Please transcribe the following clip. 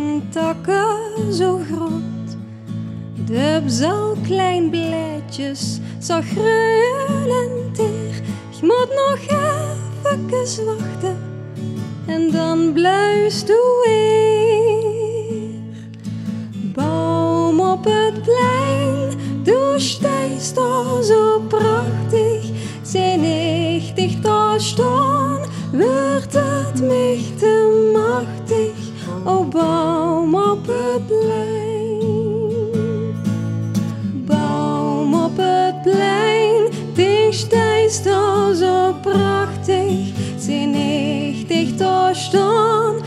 takken zo groot. De zo klein blaadjes, zo groen en teer. Ik moet nog even wachten en dan blijft u weer. Boom op het plein, du stijst al zo prachtig. Zijn ik dicht al staan, wordt het mij te machtig. O boom op het plein, boom op het plein, die stijst al zo prachtig. Zijn ik dicht al staan,